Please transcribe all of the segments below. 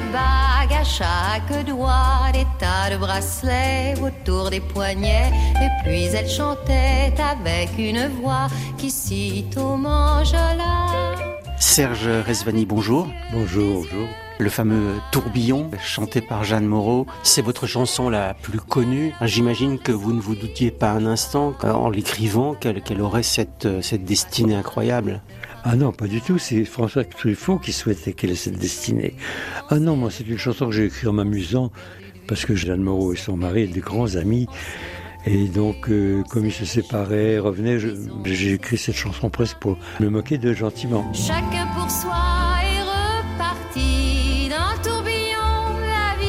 bagues à chaque doigt, des tas de bracelets autour des poignets. Et puis elle chantait avec une voix qui sitôt m'enjola. Serge Rezvani, bonjour. Bonjour. Le fameux Tourbillon, chanté par Jeanne Moreau, c'est votre chanson la plus connue. J'imagine que vous ne vous doutiez pas un instant, en l'écrivant, qu'elle aurait cette destinée incroyable. Ah non, pas du tout, c'est François Truffaut qui souhaitait qu'elle ait cette destinée. Ah non, moi c'est une chanson que j'ai écrite en m'amusant, parce que Jeanne Moreau et son mari étaient des grands amis. Et donc, comme ils se séparaient, revenaient, j'ai écrit cette chanson presque pour me moquer d'eux gentiment. Chacun pour soi est reparti d'un tourbillon la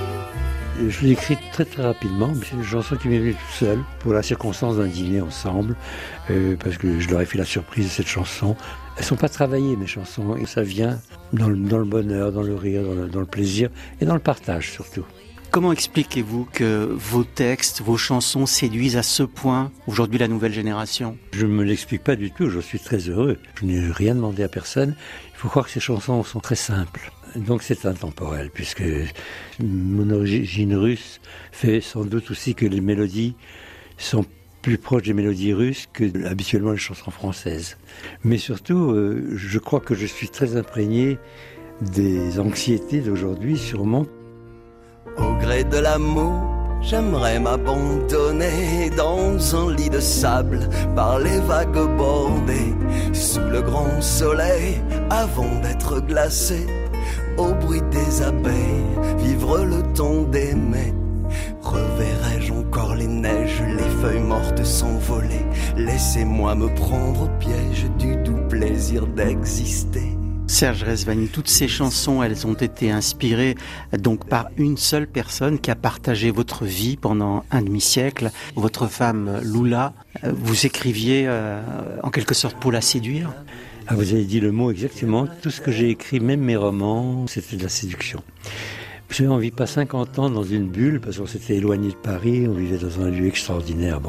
vie. Je l'ai écrite très très rapidement, mais c'est une chanson qui m'est venue toute seule, pour la circonstance d'un dîner ensemble, parce que je leur ai fait la surprise de cette chanson. Elles ne sont pas travaillées, mes chansons, et ça vient dans le bonheur, dans le rire, dans le plaisir, et dans le partage surtout. Comment expliquez-vous que vos textes, vos chansons séduisent à ce point aujourd'hui la nouvelle génération ? Je ne me l'explique pas du tout, je suis très heureux. Je n'ai rien demandé à personne. Il faut croire que ces chansons sont très simples. Donc c'est intemporel, puisque mon origine russe fait sans doute aussi que les mélodies sont plus proches des mélodies russes que habituellement les chansons françaises. Mais surtout, je crois que je suis très imprégné des anxiétés d'aujourd'hui, sûrement. Au gré de l'amour, j'aimerais m'abandonner dans un lit de sable par les vagues bordées, sous le grand soleil avant d'être glacé, au bruit des abeilles, vivre le temps d'aimer. Reverrai-je encore les neiges, les feuilles mortes s'envoler? Laissez-moi me prendre au piège du doux plaisir d'exister. Serge Rezvani, toutes ces chansons, elles ont été inspirées donc par une seule personne qui a partagé votre vie pendant un demi-siècle, votre femme Lula. Vous écriviez en quelque sorte pour la séduire ? Ah, vous avez dit le mot exactement. Tout ce que j'ai écrit, même mes romans, c'était de la séduction. Vous savez, on ne vit pas 50 ans dans une bulle, parce qu'on s'était éloigné de Paris, on vivait dans un lieu extraordinaire.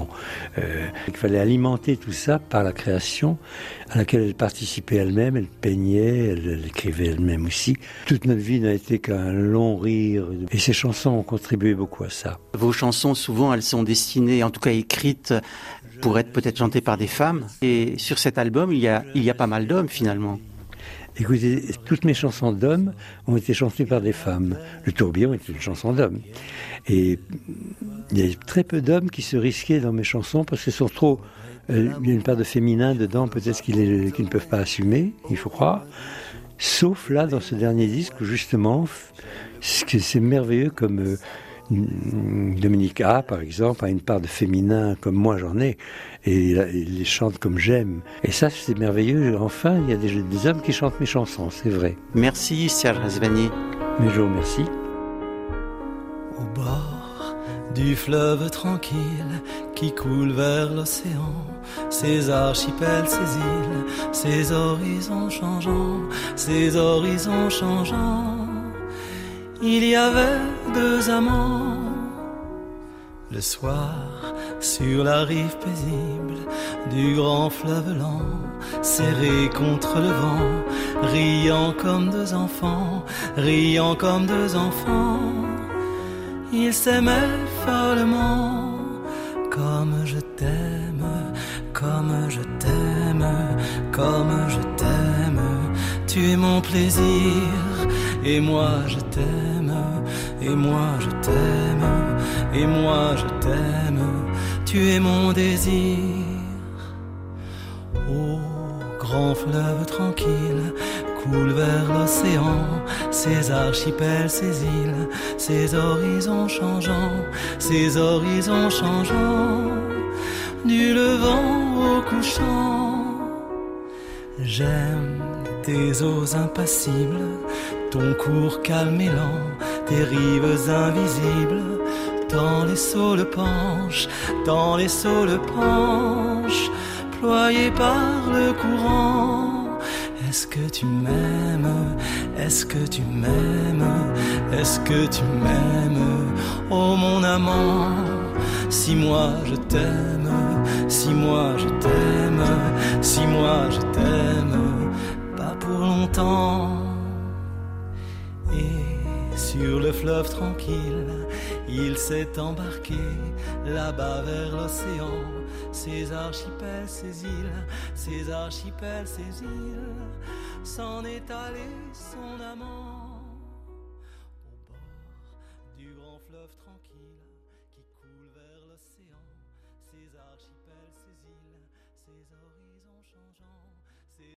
Il fallait alimenter tout ça par la création, à laquelle elle participait elle-même, elle peignait, elle écrivait elle-même aussi. Toute notre vie n'a été qu'un long rire, et ces chansons ont contribué beaucoup à ça. Vos chansons, souvent, elles sont destinées, en tout cas écrites, pour être peut-être chantées par des femmes. Et sur cet album, il y a pas mal d'hommes, finalement. Écoutez, toutes mes chansons d'hommes ont été chantées par des femmes. Le Tourbillon est une chanson d'homme. Et il y a très peu d'hommes qui se risquaient dans mes chansons parce qu'elles sont trop... il y a une part de féminin dedans, peut-être qu'ils ne peuvent pas assumer, il faut croire. Sauf là, dans ce dernier disque, où justement, c'est merveilleux comme... Dominique A, par exemple, a une part de féminin comme moi j'en ai, et il les chante comme j'aime. Et ça, c'est merveilleux. Enfin, il y a des hommes qui chantent mes chansons, c'est vrai. Merci Serge Rezvani. Mais je vous remercie. Au bord du fleuve tranquille qui coule vers l'océan, ces archipels, ces îles, ces horizons changeants, il y avait deux amants. Le soir, sur la rive paisible du grand fleuve lent, serrés contre le vent, riant comme deux enfants, ils s'aimaient follement. Comme je t'aime, comme je t'aime, comme je t'aime, tu es mon plaisir, et moi je t'aime, et moi je t'aime, et moi je t'aime, tu es mon désir. Ô grand fleuve tranquille, coule vers l'océan, ces archipels, ces îles, ces horizons changeants, du levant au couchant. J'aime tes eaux impassibles, ton cours calme et lent, tes rives invisibles, tant les sauts le penchent, ployés par le courant. Est-ce que tu m'aimes? Est-ce que tu m'aimes? Est-ce que tu m'aimes? Oh mon amant, si moi je t'aime, si moi je t'aime, si moi je t'aime, pas pour longtemps. Et fleuve tranquille, il s'est embarqué là-bas vers l'océan. Ces archipels, ces îles, ces archipels, ces îles, s'en est allé son amant. Au bord du grand fleuve tranquille qui coule vers l'océan, ces archipels, ces îles, ces horizons changeants.